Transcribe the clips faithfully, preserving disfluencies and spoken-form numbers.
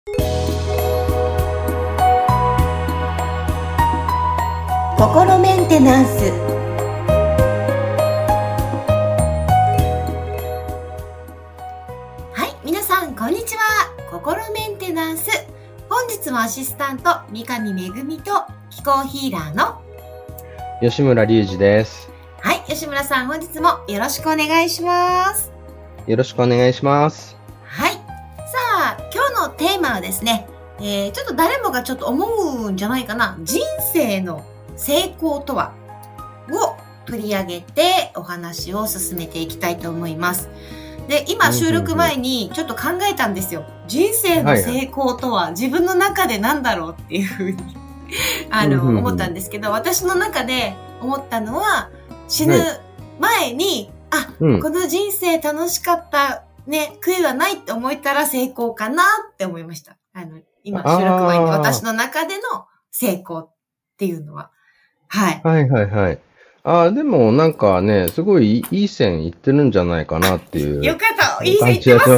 心メンテナンス。はい、皆さんこんにちは。心メンテナンス。本日もアシスタント三上めぐみと気候ヒーラーの吉村隆二です。 はい、吉村さん本日もよろしくお願いします。 よろしくお願いします。 はい、さあ今日のテーマはですね、えー、ちょっと誰もがちょっと思うんじゃないかな、人生の成功とはを取り上げてお話を進めていきたいと思います。で、今収録前にちょっと考えたんですよ。人生の成功とは自分の中で何だろうっていうふうにあの思ったんですけど、私の中で思ったのは、死ぬ前に、はい、あ、うん、この人生楽しかったね、悔いはないって思えたら成功かなって思いました。あの今収録前に私の中での成功っていうのは。はい。 はいはいはい。ああ、でもなんかね、すごいいい線いってるんじゃないかなっていう。 よかった。いい線いってます。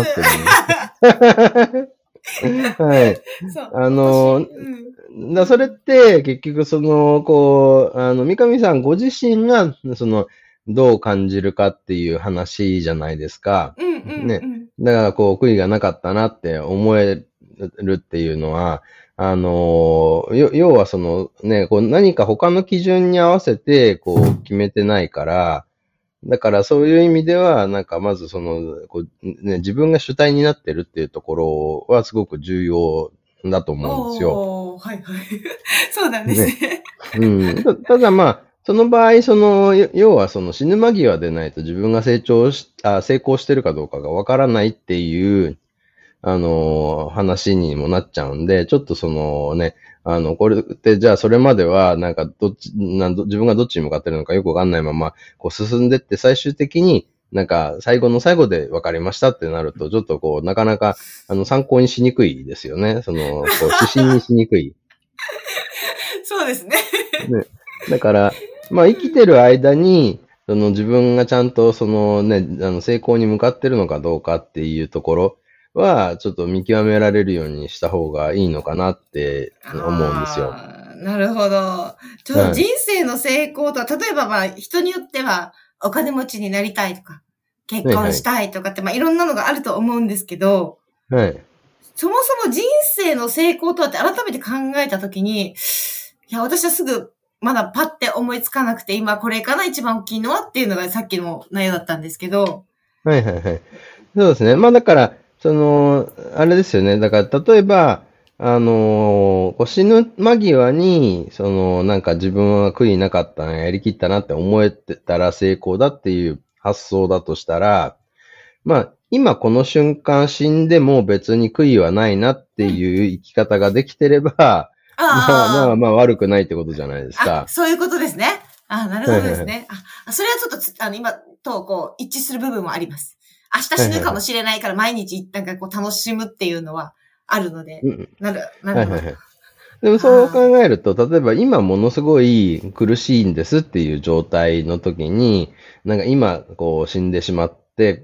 はい。あの、うん、だそれって結局その、こう、あの、三上さんご自身が、その、どう感じるかっていう話じゃないですか。 うんうんうん、 ね。だからこう、悔いがなかったなって思えるっていうのは、あの、要はそのね、こう何か他の基準に合わせてこう決めてないから、だからそういう意味では、なんかまずその、こうね、自分が主体になってるっていうところはすごく重要だと思うんですよ。 おー、はいはい。そうなんですね。 ね、うん。た, ただまあ、その場合、その、要はその死ぬ間際でないと自分が成長し、あ成功してるかどうかがわからないっていう、あの、話にもなっちゃうんで、ちょっとそのね、あの、これって、じゃあそれまでは、なんか、どっち、なん自分がどっちに向かってるのかよくわかんないまま、こう進んでって、最終的になんか、最後の最後で分かりましたってなると、ちょっとこう、なかなか、あの、参考にしにくいですよね。その、こう、指針にしにくい。 そうですね。 ね。だから、まあ、生きてる間に、その自分がちゃんとそのね、あの成功に向かってるのかどうかっていうところは、ちょっと見極められるようにした方がいいのかなって思うんですよ。 なるほど。ちょっと人生の成功とは、はい、例えばまあ人によってはお金持ちになりたいとか、結婚したいとかって、はいはい、まあいろんなのがあると思うんですけど、 はい。 そもそも人生の成功とはって改めて考えたときに、いや、私はすぐまだパッて思いつかなくて、今これかな一番大きいのはっていうのがさっきの内容だったんですけど。 はいはいはい。そうですね。まあだから、その、あれですよね。だから例えば、あのー、死ぬ間際に、その、なんか自分は悔いなかったな、やりきったなって思えてたら成功だっていう発想だとしたら、まあ、今この瞬間死んでも別に悔いはないなっていう生き方ができてれば、うん、まあまあまあ悪くないってことじゃないですか。 そういうことですね。あ、なるほどですね。あ、それはちょっと、あの、今とこう一致する部分もあります。明日死ぬかもしれないから毎日なんかこう楽しむっていうのはあるので。うん、なる、なるほど。はいはいはい、 でもそう考えると、例えば今ものすごい苦しいんですっていう状態の時に、なんか今こう死んでしまって、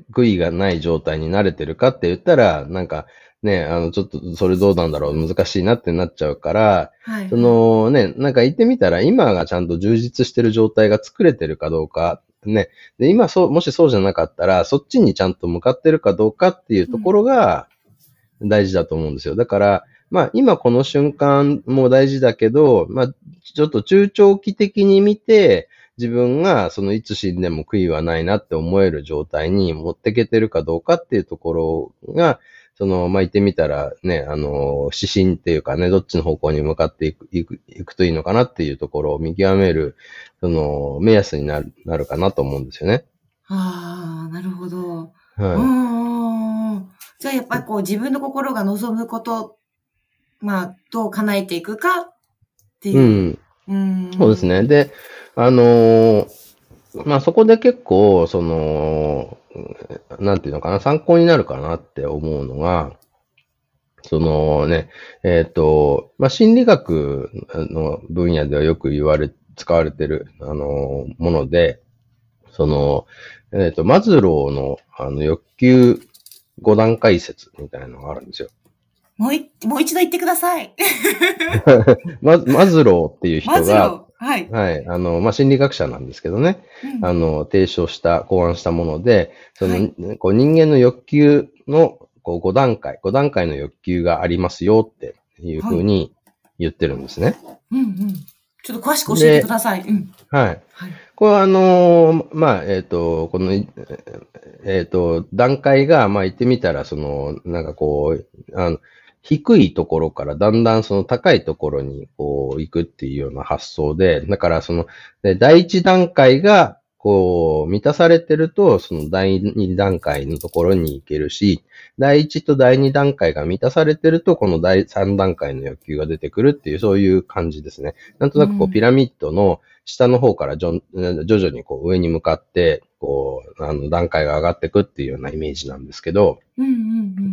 悔いがない状態に慣れてるかって言ったら、なんかね、あの、ちょっとそれどうなんだろう、難しいなってなっちゃうから、はいはい、そのね、なんか言ってみたら今がちゃんと充実してる状態が作れてるかどうか、ね。で、今そう、もしそうじゃなかったら、そっちにちゃんと向かってるかどうかっていうところが大事だと思うんですよ。だから、まあ今この瞬間も大事だけど、まあちょっと中長期的に見て、自分がそのいつ死んでも悔いはないなって思える状態に持ってけてるかどうかっていうところが、その、まあ、言ってみたらね、あの、指針っていうかね、どっちの方向に向かっていく、いく、いくといいのかなっていうところを見極める、その、目安になる、なるかなと思うんですよね。 ああ、なるほど。 はい。 うん。じゃあやっぱりこう自分の心が望むこと、まあ、どう叶えていくかっていう。 うん。 うん、 そうですね。で、あのー、まあそこで結構、その、なんていうのかな、参考になるかなって思うのが、そのね、えっ、ー、と、まあ心理学の分野ではよく言われ、使われてる、あのー、もので、その、えっ、ー、と、マズローの、あの、欲求ご段階説みたいなのがあるんですよ。 もうい、もう一度言ってください。 ママズローっていう人マズロが、 ー。はい。 はい。あの、まあ、心理学者なんですけどね。 うんあの、提唱した、考案したもので、その、 はいこう人間の欲求の、こう、ご段階、ご段階の欲求がありますよっていうふうに言ってるんですね。 うんうん。ちょっと詳しく教えてでください。うん。 はい。 はい。 これはあのーまあ、えっ、と、この、えっ、と、段階が、まあ、言ってみたら、その、なんかこう、あの、低いところからだんだんその高いところにこう行くっていうような発想で、だからその、で第一段階がこう満たされてると、その第二段階のところに行けるし、第一と第二段階が満たされてると、この第三段階の欲求が出てくるっていう、そういう感じですね。なんとなくこうピラミッドの下の方から徐々にこう上に向かって、こう、あの段階が上がっていくっていうようなイメージなんですけど、 うんうんうん。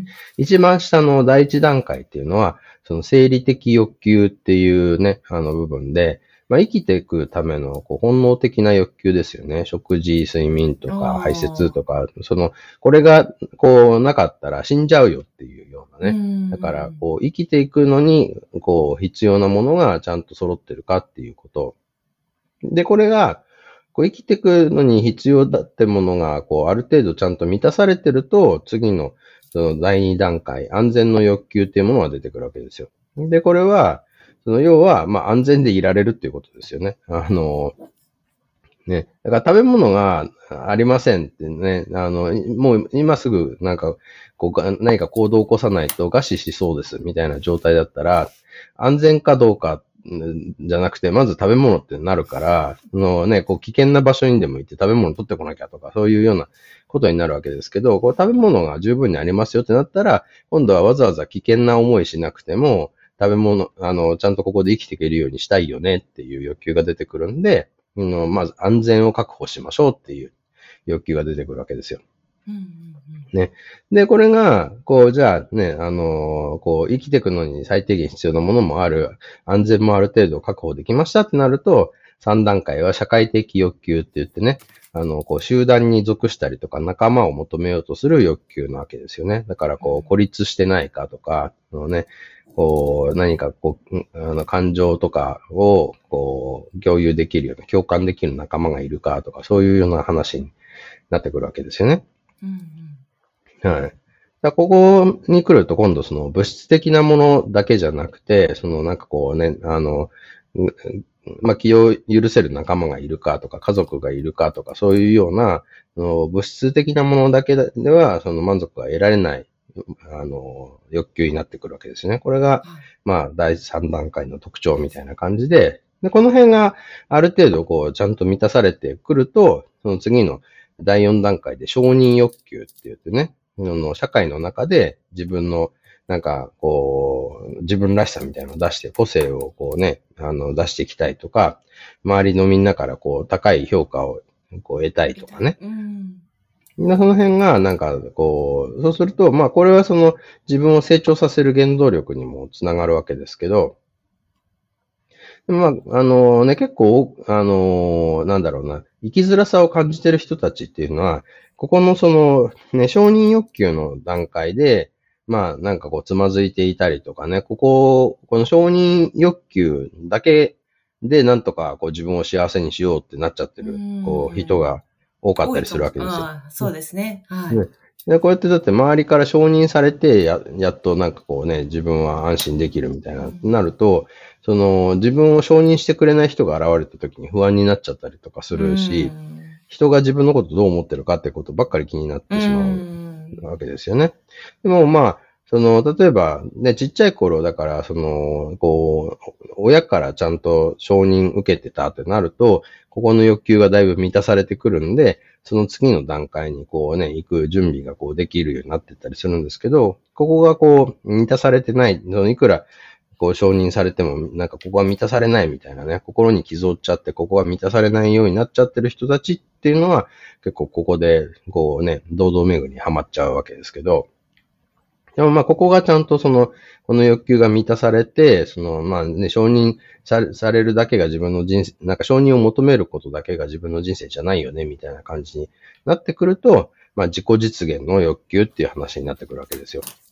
一番下の第一段階っていうのは、その生理的欲求っていうね、あの部分で、まあ、生きていくためのこう本能的な欲求ですよね。食事、睡眠とか排泄とか、その、これがこうなかったら死んじゃうよっていうようなね。だから、こう生きていくのに、こう必要なものがちゃんと揃ってるかっていうこと。で、これが、こう生きていくのに必要だってものが、こうある程度ちゃんと満たされてると、次のその第二段階、安全の欲求っていうものが出てくるわけですよ。で、これは、その要は、まあ安全でいられるっていうことですよね。あの、ね。だから食べ物がありませんってね、あの、もう今すぐなんか、こう、何か行動を起こさないと餓死しそうですみたいな状態だったら、安全かどうかじゃなくて、まず食べ物ってなるから、そのね、こう危険な場所にでも行って食べ物取ってこなきゃとか、そういうようなことになるわけですけど、こう食べ物が十分にありますよってなったら、今度はわざわざ危険な思いしなくても、食べ物、あの、ちゃんとここで生きていけるようにしたいよねっていう欲求が出てくるんで、うん、まず安全を確保しましょうっていう欲求が出てくるわけですよ。 うんうんうん、 ね。で、これが、こう、じゃあね、あのー、こう、生きていくのに最低限必要なものもある、安全もある程度確保できましたってなると、さん段階は社会的欲求って言ってね、あの、こう、集団に属したりとか仲間を求めようとする欲求なわけですよね。だから、こう、孤立してないかとか、あのね、こう、何かこう、あの感情とかを、こう、共有できるような、共感できる仲間がいるかとか、そういうような話になってくるわけですよね。 うんうん、はい。だここに来ると今度その物質的なものだけじゃなくて、そのなんかこうね、あの、まあ、気を許せる仲間がいるかとか、家族がいるかとか、そういうような、物質的なものだけでは、その満足が得られない、あの、欲求になってくるわけですね。これが、まあ、第三段階の特徴みたいな感じで、で、この辺がある程度こう、ちゃんと満たされてくると、その次のだいよん段階で承認欲求って言ってね、社会の中で自分のなんか、こう、自分らしさみたいなのを出して、個性をこうね、あの、出していきたいとか、周りのみんなからこう、高い評価をこう得たいとかね。うん。その辺が、なんか、こう、そうすると、まあ、これはその、自分を成長させる原動力にもつながるわけですけど、まあ、あのね、結構、あのなんだろうな、生きづらさを感じてる人たちっていうのは、ここのその、ね、承認欲求の段階で、まあ、なんかこう、つまずいていたりとかね、ここ、この承認欲求だけで、なんとかこう自分を幸せにしようってなっちゃってる、こう、人が多かったりするわけですよ。 ああ、そうですね。はい。 ね、で、こうやってだって周りから承認されて、や、やっとなんかこうね、自分は安心できるみたいな、なると、その、自分を承認してくれない人が現れた時に不安になっちゃったりとかするし、人が自分のことどう思ってるかってことばっかり気になってしまうわけですよね。でもまあ、その、例えば、ね、ちっちゃい頃だから、その、こう、親からちゃんと承認受けてたってなると、ここの欲求がだいぶ満たされてくるんで、その次の段階にこうね、行く準備がこうできるようになってったりするんですけど、ここがこう、満たされてない、いくらこう承認されても、なんかここは満たされないみたいなね、心に傷を負っちゃって、ここは満たされないようになっちゃってる人たちっていうのは、結構ここで、こうね、堂々巡りにはまっちゃうわけですけど、でもまあ、ここがちゃんとその、この欲求が満たされて、その、まあね、承認され、されるだけが自分の人生、なんか承認を求めることだけが自分の人生じゃないよね、みたいな感じになってくると、まあ、自己実現の欲求っていう話になってくるわけですよ。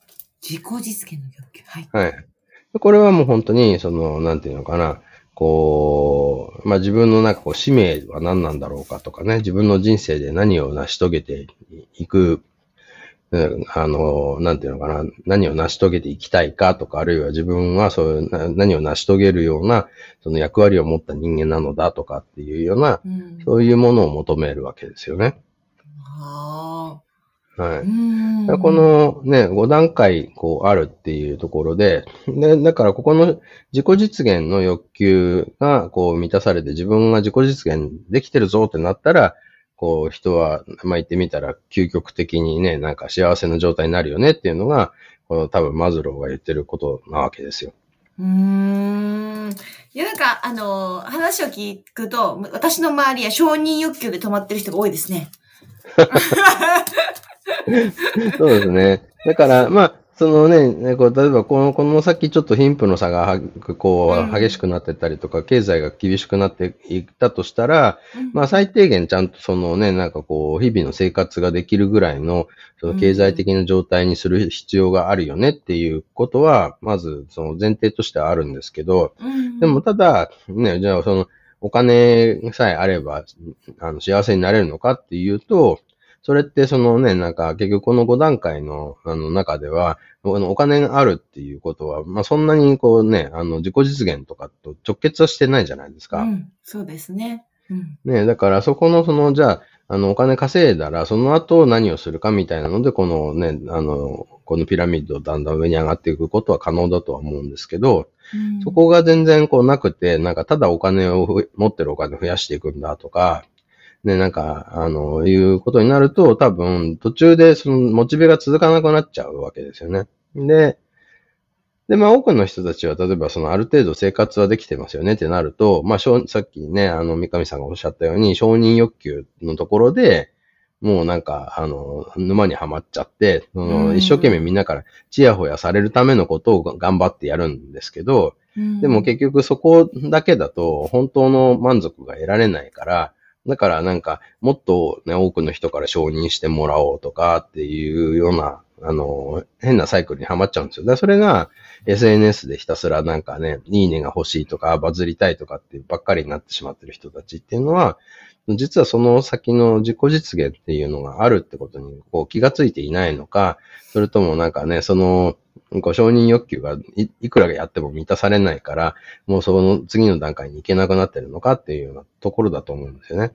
自己実現の欲求。はい。 はい。これはもう本当に、その、なんていうのかな、こう、まあ、自分のなんかこう、使命は何なんだろうかとかね、自分の人生で何を成し遂げていく、うんあの、なんていうのかな、何を成し遂げていきたいかとか、あるいは自分はそういうな何を成し遂げるような、その役割を持った人間なのだとかっていうような、 うん。 そういうものを求めるわけですよね。 ああ。 はうい。 ん。 このね、ご段階こうあるっていうところで、で、だからここの自己実現の欲求がこう満たされて自分が自己実現できてるぞってなったら、こう人は、まあ、言ってみたら究極的にね、なんか幸せな状態になるよねっていうのが、この多分マズローが言ってることなわけですよ。 うーん。いや、なんか、あの、話を聞くと、私の周りは承認欲求で止まってる人が多いですね。 そうですね。だから、まあ、そのね、こう例えばこの、この先ちょっと貧富の差がはこう激しくなってったりとか、経済が厳しくなっていったとしたら、まあ最低限ちゃんとそのね、なんかこう、日々の生活ができるぐらいの、その経済的な状態にする必要があるよねっていうことは、まずその前提としてはあるんですけど、でもただ、ね、じゃあその、お金さえあれば、あの、幸せになれるのかっていうと、それってそのね、なんか結局このご段階のあの中では、お金があるっていうことは、まあそんなにこうね、あの自己実現とかと直結はしてないじゃないですか。 うん、そうですね。うん、 ね、だからそこのその、じゃあ、あのお金稼いだら、その後何をするかみたいなので、このね、あの、このピラミッドをだんだん上に上がっていくことは可能だとは思うんですけど、うん、そこが全然こうなくて、なんかただお金を、持ってるお金を増やしていくんだとか、ね、なんか、あの、いうことになると、多分、途中でその、モチベが続かなくなっちゃうわけですよね。で、で、まあ、多くの人たちは、例えば、その、ある程度生活はできてますよねってなると、まあ、さっきね、あの、三上さんがおっしゃったように、承認欲求のところで、もうなんか、あの、沼にはまっちゃって、その一生懸命みんなからチヤホヤされるためのことを頑張ってやるんですけど、でも結局そこだけだと本当の満足が得られないから、だからなんか、もっとね、多くの人から承認してもらおうとかっていうような、あの、変なサイクルにはまっちゃうんですよ。だそれが エスエヌエス でひたすらなんかね、いいねが欲しいとか、バズりたいとかってばっかりになってしまってる人たちっていうのは、実はその先の自己実現っていうのがあるってことにこう気がついていないのか、それともなんかね、その、こう承認欲求が い, いくらやっても満たされないから、もうその次の段階に行けなくなってるのかっていうようなところだと思うんですよね。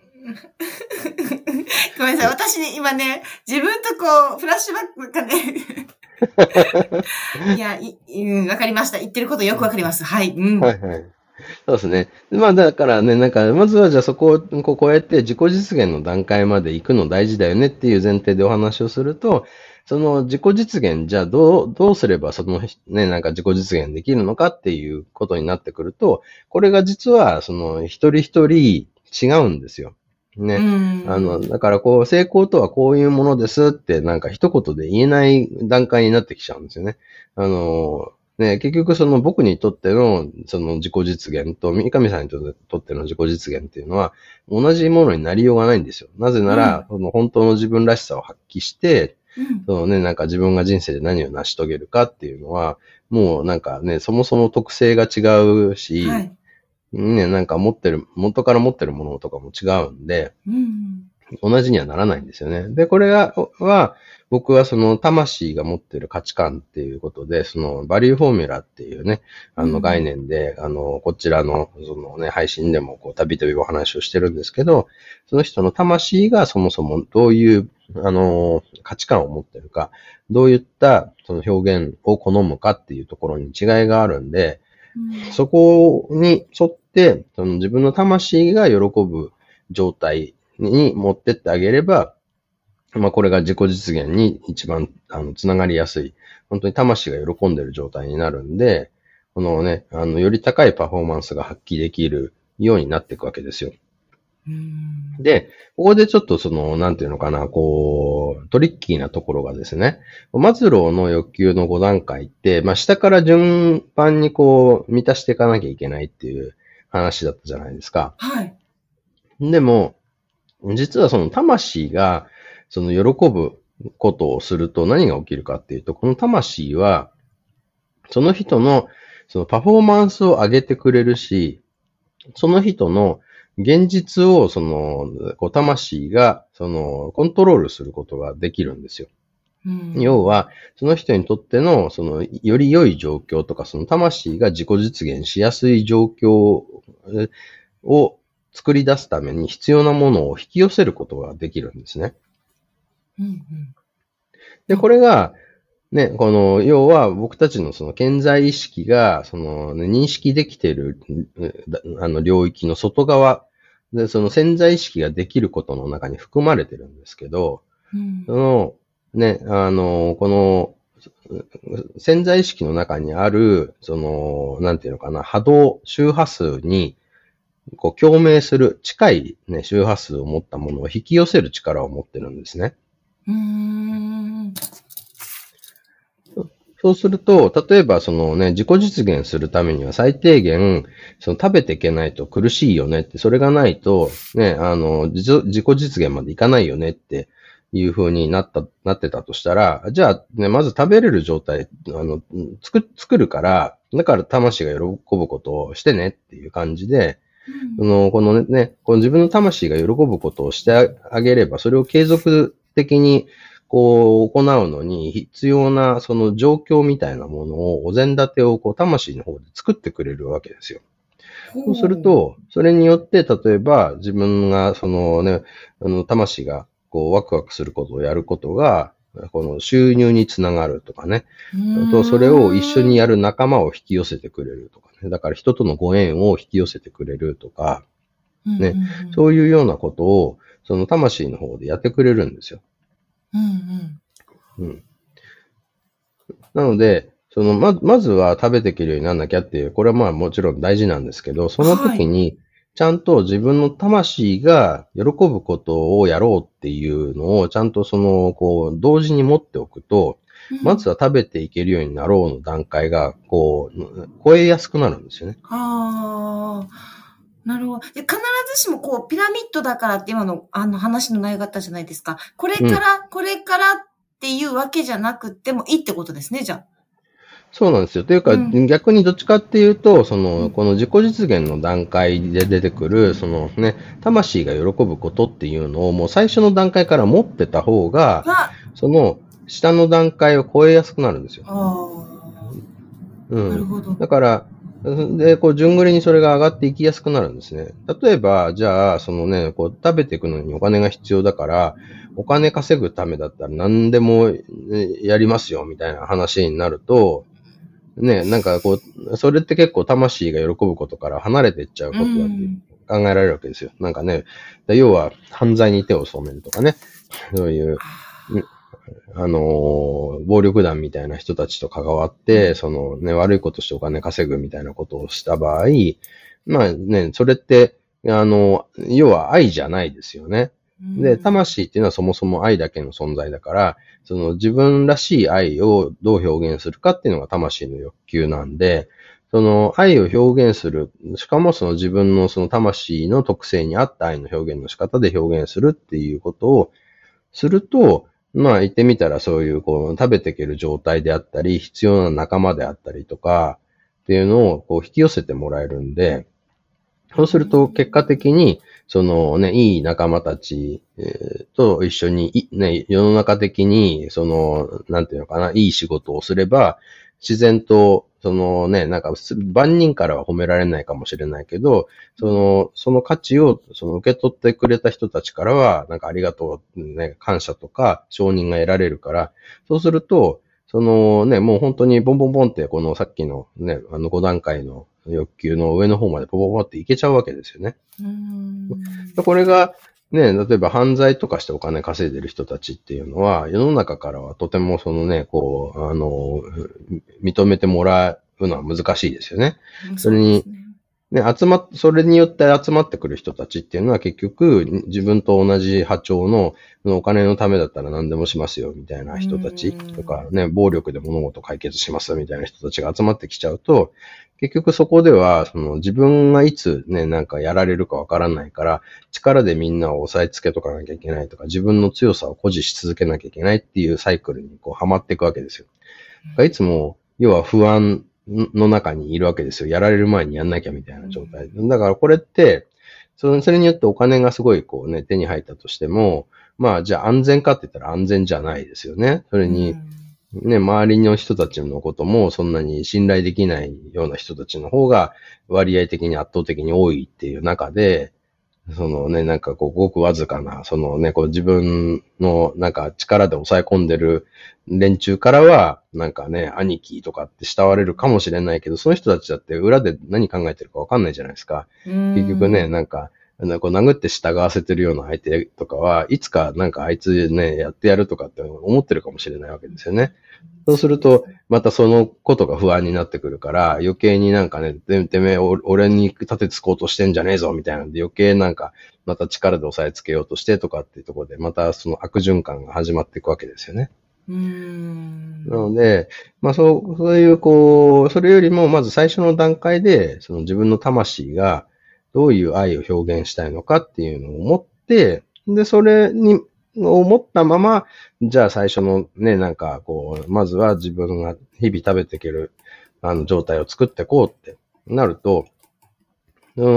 ごめんなさい。私ね、今ね、自分とこう、フラッシュバックがね。いや、い、うん、わかりました。言ってることよくわかります。はい。うん。 はいはい。そうですね。まあだからね、なんか、まずはじゃあそこをこうこうやって自己実現の段階まで行くの大事だよねっていう前提でお話をすると、その自己実現、じゃあどう、どうすればそのね、なんか自己実現できるのかっていうことになってくると、これが実はその一人一人違うんですよ。ね。あの、だからこう、成功とはこういうものですってなんか一言で言えない段階になってきちゃうんですよね。あの、ね、結局その僕にとってのその自己実現と三上さんにとっての自己実現っていうのは同じものになりようがないんですよ。なぜなら、うん、その本当の自分らしさを発揮して、うん、そのね、なんか自分が人生で何を成し遂げるかっていうのは、もうなんかね、そもそも特性が違うし、はい、ね、なんか持ってる、元から持ってるものとかも違うんで、うん、同じにはならないんですよね。で、これが、は、僕はその魂が持ってる価値観っていうことで、そのバリューフォーミュラっていうね、あの概念で、うん、あの、こちらの、そのね、配信でもこう、たびたびお話をしてるんですけど、その人の魂がそもそもどういう、あの、価値観を持ってるか、どういったその表現を好むかっていうところに違いがあるんで、うん、そこに沿って、その自分の魂が喜ぶ状態に持ってってあげれば、まあこれが自己実現に一番あのつながりやすい、本当に魂が喜んでる状態になるんで、このね、あのより高いパフォーマンスが発揮できるようになっていくわけですよ。うんで、ここでちょっとその、なんていうのかな、こう、トリッキーなところがですね、マズローの欲求のご段階って、まあ下から順番にこう、満たしていかなきゃいけないっていう話だったじゃないですか。 はい。 でも、実はその魂が、その喜ぶことをすると何が起きるかっていうと、この魂は、その人のそのパフォーマンスを上げてくれるし、その人の現実を、その、こう魂が、その、コントロールすることができるんですよ。 うん、 要は、その人にとっての、その、より良い状況とか、その魂が自己実現しやすい状況を作り出すために必要なものを引き寄せることができるんですね。 うんうん、 で、これが、ね、この、要は僕たちのその潜在意識が、その、ね、認識できている、あの、領域の外側で、その潜在意識ができることの中に含まれてるんですけど、 うん、 その、ね、あの、この、潜在意識の中にある、その、なんていうのかな、波動、周波数に、こう、共鳴する、近いね、周波数を持ったものを引き寄せる力を持ってるんですね。 うーん、 そうすると、例えばそのね、自己実現するためには最低限、その食べていけないと苦しいよねって、それがないと、ね、あの、自自己実現までいかないよねっていう風になった、なってたとしたら、じゃあね、まず食べれる状態、あの、作、作るから、だから魂が喜ぶことをしてねっていう感じで、その、このね、この自分の魂が喜ぶことをしてあげれば、それを継続的にこう、行うのに必要な、その状況みたいなものを、お膳立てを、こう、魂の方で作ってくれるわけですよ。そうすると、それによって、例えば、自分が、そのね、あの、魂が、こう、ワクワクすることをやることが、この収入につながるとかね。あと、それを一緒にやる仲間を引き寄せてくれるとかね。だから人とのご縁を引き寄せてくれるとか、ね。そういうようなことを、その魂の方でやってくれるんですよ。 うんうん。なので、その、ま、まずは食べていけるようにならなきゃっていう、これはまあもちろん大事なんですけど、その時に、ちゃんと自分の魂が喜ぶことをやろうっていうのを、ちゃんとその、こう、同時に持っておくと、まずは食べていけるようになろうの段階が、こう、超えやすくなるんですよね。 ああ、なるほど。で、必ずしもこう、ピラミッドだからって今のあの話の内容があったじゃないですか。これから、うん、これからっていうわけじゃなくてもいいってことですね、じゃあ。 そうなんですよ。というか、うん、逆にどっちかっていうと、その、この自己実現の段階で出てくる、そのね、魂が喜ぶことっていうのをもう最初の段階から持ってた方が、その下の段階を超えやすくなるんですよ。 あうん。なるほど。だから、で、こう、順繰りにそれが上がっていきやすくなるんですね。例えば、じゃあ、そのね、こう、食べていくのにお金が必要だから、お金稼ぐためだったら何でもやりますよ、みたいな話になると、ね、なんかこう、それって結構魂が喜ぶことから離れていっちゃうことだって考えられるわけですよ。うん、なんかね、要は犯罪に手を染めるとかね、そういう、あのー、暴力団みたいな人たちと関わって、そのね、悪いことしてお金稼ぐみたいなことをした場合、まあね、それって、あの、要は愛じゃないですよね。で、魂っていうのはそもそも愛だけの存在だから、その自分らしい愛をどう表現するかっていうのが魂の欲求なんで、その愛を表現する、しかもその自分のその魂の特性に合った愛の表現の仕方で表現するっていうことをすると、まあ言ってみたらそういうこう食べていける状態であったり、必要な仲間であったりとかっていうのをこう引き寄せてもらえるんで、そうすると結果的にそのね、いい仲間たちと一緒に、ね、世の中的にその、なんていうのかな、いい仕事をすれば、自然と、そのね、なんか、万人からは褒められないかもしれないけど、その、その価値を、その受け取ってくれた人たちからは、なんかありがとう、ね、感謝とか承認が得られるから、そうすると、そのね、もう本当にボンボンボンって、このさっきのね、あのご段階の欲求の上の方までボボボっていけちゃうわけですよね。うーんこれが、ね、例えば犯罪とかしてお金稼いでる人たちっていうのは、世の中からはとてもそのね、こう、あの、認めてもらうのは難しいですよね。それに、ね、集まっ、それによって集まってくる人たちっていうのは結局、自分と同じ波長の、お金のためだったら何でもしますよ、みたいな人たちとか、ね、暴力で物事解決しますみたいな人たちが集まってきちゃうと、 結局そこでは、その自分がいつね、なんかやられるかわからないから、力でみんなを押さえつけとかなきゃいけないとか、自分の強さを誇示し続けなきゃいけないっていうサイクルにこうはまっていくわけですよ。いつも、要は不安の中にいるわけですよ。やられる前にやんなきゃみたいな状態。だからこれって、それそれによってお金がすごいこうね、手に入ったとしても、まあじゃあ安全かって言ったら安全じゃないですよね。それに、ね、周りの人たちのこともそんなに信頼できないような人たちの方が割合的に圧倒的に多いっていう中で、そのね、なんかこう、ごくわずかな、そのね、こう自分のなんか力で抑え込んでる連中からは、なんかね、兄貴とかって慕われるかもしれないけど、その人たちだって裏で何考えてるかわかんないじゃないですか。結局ね、なんか、なんかこう殴って従わせてるような相手とかは、いつかなんかあいつね、やってやるとかって思ってるかもしれないわけですよね。そうすると、またそのことが不安になってくるから、余計になんかね、ててめえ、俺に立てつこうとしてんじゃねえぞ、みたいなんで余計なんか、また力で押さえつけようとしてとかっていうところで、またその悪循環が始まっていくわけですよね。 うーん。 なので、まあそう、そういうこう、それよりもまず最初の段階で、その自分の魂がどういう愛を表現したいのかっていうのを思って、で、それに、思ったまま、じゃあ最初のね、なんかこう、まずは自分が日々食べていける、あの、状態を作っていこうってなると、うん、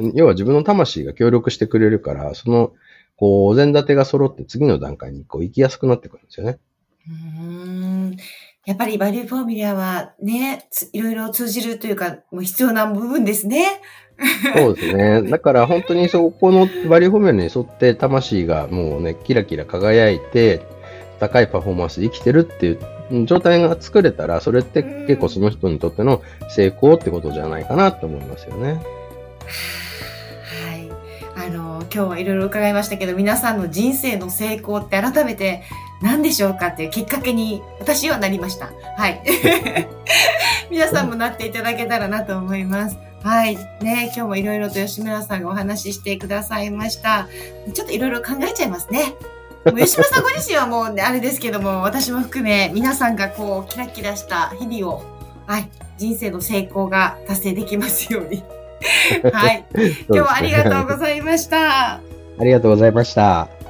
要は自分の魂が協力してくれるから、その、こう、お膳立てが揃って次の段階にこう行きやすくなってくるんですよね。 うーん。やっぱりバリューフォーミュラはね、いろいろ通じるというか、もう必要な部分ですね。 そうですね。だから本当にそこのバリューフォーミュラに沿って魂がもうね、キラキラ輝いて、高いパフォーマンスで生きてるっていう状態が作れたら、それって結構その人にとっての成功ってことじゃないかなと思いますよね。 はい。あの、今日はいろいろ伺いましたけど、皆さんの人生の成功って改めて何でしょうかっていうきっかけに私はなりました。はい。皆さんもなっていただけたらなと思います。はい。ね、今日もいろいろと吉村さんがお話ししてくださいました。ちょっといろいろ考えちゃいますね。もう吉村さんご自身はもう、ね、あれですけども、私も含め皆さんがこう、キラキラした日々を、はい、人生の成功が達成できますように。はい。今日はありがとうございました。 ありがとうございました。